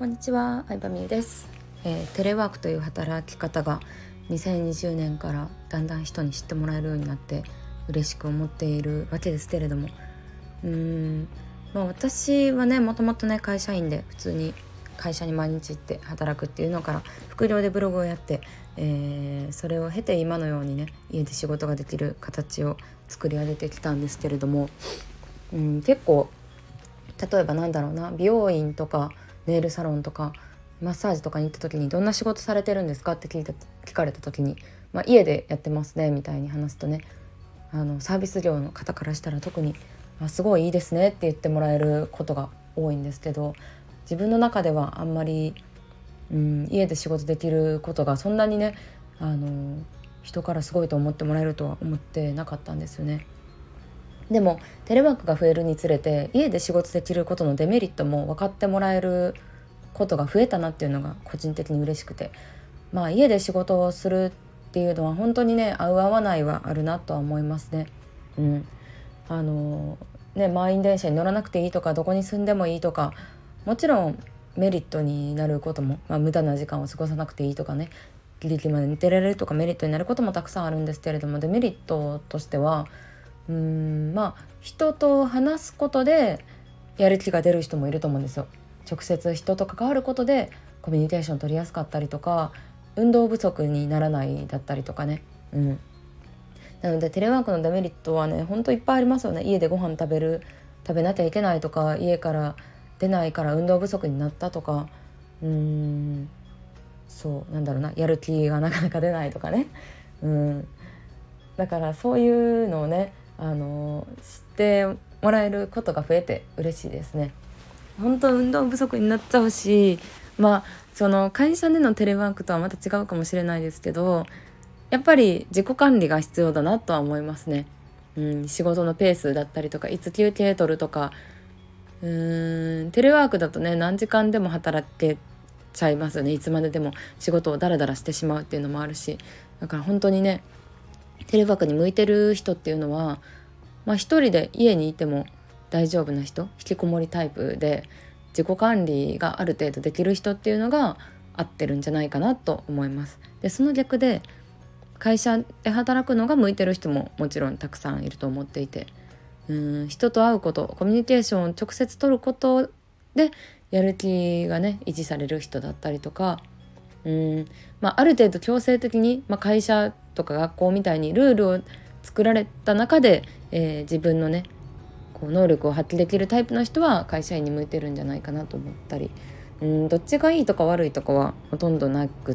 こんにちは、相葉美優です。テレワークという働き方が2020年からだんだん人に知ってもらえるようになって嬉しく思っているわけですけれども、私はね、もともとね会社員で普通に会社に毎日行って働くっていうのから副業でブログをやって、それを経て今のようにね家で仕事ができる形を作り上げてきたんですけれども、結構例えば美容院とかネイルサロンとかマッサージとかに行った時にどんな仕事されてるんですかって聞かれた時に、家でやってますねみたいに話すとね、サービス業の方からしたら特にすごいいいですねって言ってもらえることが多いんですけど、自分の中ではあんまり、家で仕事できることがそんなにね人からすごいと思ってもらえるとは思ってなかったんですよね。でもテレワークが増えるにつれて家で仕事できることのデメリットも分かってもらえることが増えたなっていうのが個人的に嬉しくて、家で仕事をするっていうのは本当にね合う合わないはあるなとは思いますね。満員電車に乗らなくていいとかどこに住んでもいいとか、もちろんメリットになることも、無駄な時間を過ごさなくていいとかね、ギリギリまで寝てられるとかメリットになることもたくさんあるんですけれども、デメリットとしては人と話すことでやる気が出る人もいると思うんですよ。直接人と関わることでコミュニケーション取りやすかったりとか、運動不足にならないだったりとかね、なのでテレワークのデメリットはね本当いっぱいありますよね。家でご飯食べなきゃいけないとか、家から出ないから運動不足になったとか、やる気がなかなか出ないとかね、だからそういうのをね知ってもらえることが増えて嬉しいですね。本当運動不足になっちゃうし、その会社でのテレワークとはまた違うかもしれないですけど、やっぱり自己管理が必要だなとは思いますね。仕事のペースだったりとか、いつ休憩取るとか、テレワークだとね何時間でも働けちゃいますよね。いつまででも仕事をダラダラしてしまうっていうのもあるし、だから本当にねテレワークに向いてる人っていうのは、一人で家にいても大丈夫な人、引きこもりタイプで自己管理がある程度できる人っていうのが合ってるんじゃないかなと思います。でその逆で会社で働くのが向いてる人ももちろんたくさんいると思っていて、人と会うこと、コミュニケーションを直接取ることでやる気がね維持される人だったりとか、ある程度強制的に、会社とか学校みたいにルールを作られた中で、自分のねこう能力を発揮できるタイプの人は会社員に向いてるんじゃないかなと思ったり、どっちがいいとか悪いとかはほとんどなくって、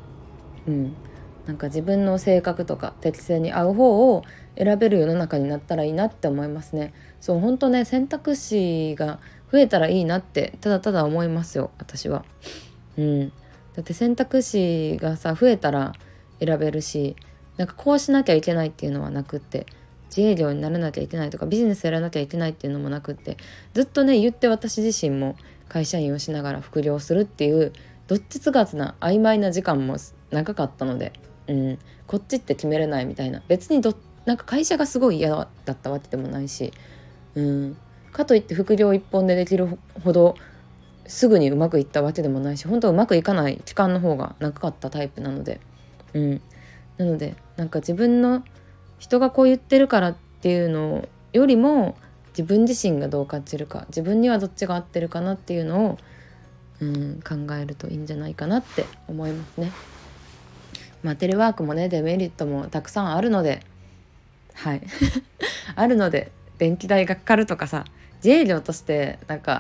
自分の性格とか適性に合う方を選べる世の中になったらいいなって思いますね。そう本当ね、選択肢が増えたらいいなってただただ思いますよ、私は。だって選択肢が増えたら選べるし、こうしなきゃいけないっていうのはなくって、自営業にならなきゃいけないとかビジネスやらなきゃいけないっていうのもなくって、ずっとね言って私自身も会社員をしながら副業するっていうどっちつかずな曖昧な時間も長かったので、こっちって決めれないみたいな、別に会社がすごい嫌だったわけでもないし、かといって副業一本でできるほどすぐにうまくいったわけでもないし、本当はうまくいかない期間の方が長かったタイプなので、なので自分の人がこう言ってるからっていうのよりも自分自身がどう感じるか、自分にはどっちが合ってるかなっていうのを、考えるといいんじゃないかなって思いますね。テレワークもねデメリットもたくさんあるので、あるので、電気代がかかるとかさ、自営業として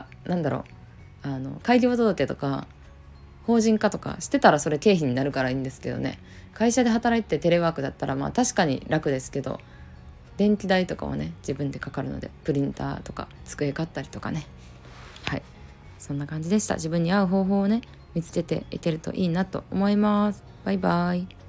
開業届とか法人化とかしてたらそれ経費になるからいいんですけどね。会社で働いてテレワークだったら確かに楽ですけど、電気代とかはね自分でかかるので、プリンターとか机買ったりとかね。そんな感じでした。自分に合う方法をね見つけていけるといいなと思います。バイバイ。